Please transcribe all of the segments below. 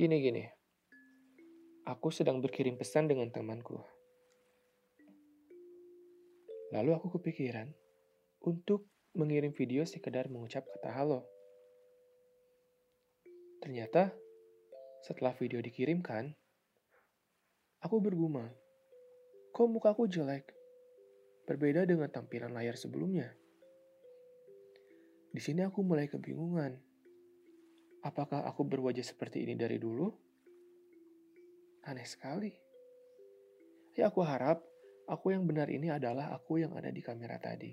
Gini, aku sedang berkirim pesan dengan temanku. Lalu aku kepikiran untuk mengirim video sekedar mengucap kata halo. Ternyata setelah video dikirimkan, aku bergumam, kok mukaku jelek? Berbeda dengan tampilan layar sebelumnya. Di sini aku mulai kebingungan. Apakah aku berwajah seperti ini dari dulu? Aneh sekali. Ya aku harap aku yang benar ini adalah aku yang ada di kamera tadi.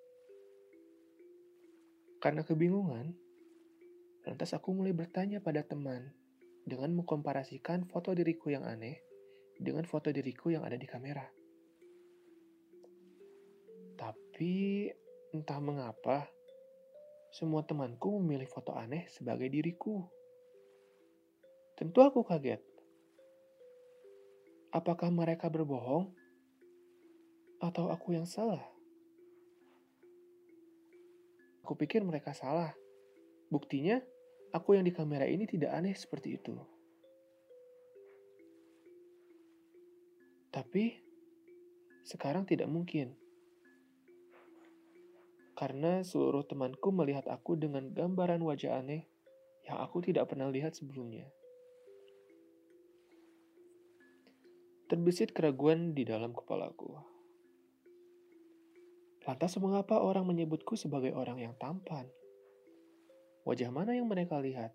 Karena kebingungan, lantas aku mulai bertanya pada teman dengan mengkomparasikan foto diriku yang aneh dengan foto diriku yang ada di kamera. Tapi entah mengapa, semua temanku memilih foto aneh sebagai diriku. Tentu aku kaget. Apakah mereka berbohong? Atau aku yang salah? Aku pikir mereka salah. Buktinya, aku yang di kamera ini tidak aneh seperti itu. Tapi, sekarang tidak mungkin. Karena seluruh temanku melihat aku dengan gambaran wajah aneh yang aku tidak pernah lihat sebelumnya. Terbesit keraguan di dalam kepalaku. Lantas mengapa orang menyebutku sebagai orang yang tampan? Wajah mana yang mereka lihat?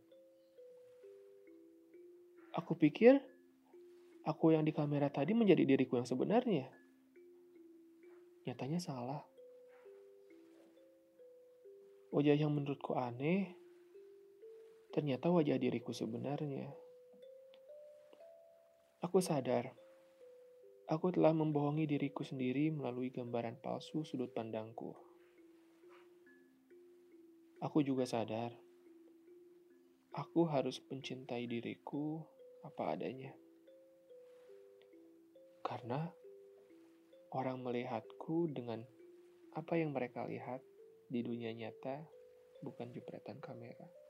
Aku pikir aku yang di kamera tadi menjadi diriku yang sebenarnya. Nyatanya salah. Wajah yang menurutku aneh, ternyata wajah diriku sebenarnya. Aku sadar, aku telah membohongi diriku sendiri melalui gambaran palsu sudut pandangku. Aku juga sadar, aku harus mencintai diriku apa adanya. Karena orang melihatku dengan apa yang mereka lihat di dunia nyata, bukan jepretan kamera.